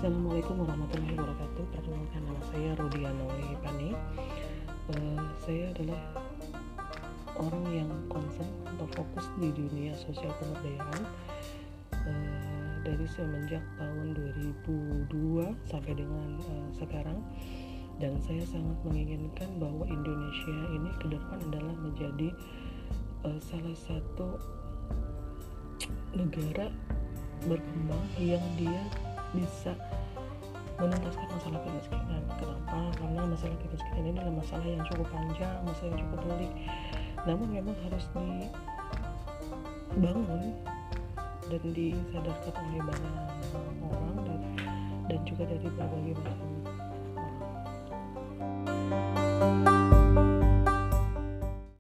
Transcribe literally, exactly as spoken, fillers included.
Assalamualaikum warahmatullahi wabarakatuh. Perkenalkan, nama saya Rudiano Ipani. Uh, saya adalah orang yang concern atau fokus di dunia sosial pemberdayaan uh, dari semenjak tahun dua ribu dua sampai dengan uh, sekarang. Dan saya sangat menginginkan bahwa Indonesia ini ke depan adalah menjadi uh, salah satu negara berkembang yang dia bisa menuntaskan masalah kemiskinan. Kenapa? Karena masalah kemiskinan ini adalah masalah yang cukup panjang, masalah yang cukup pelik. Namun memang harus dibangun dan disadarkan oleh banyak orang dan, dan juga dari berbagai macam orang.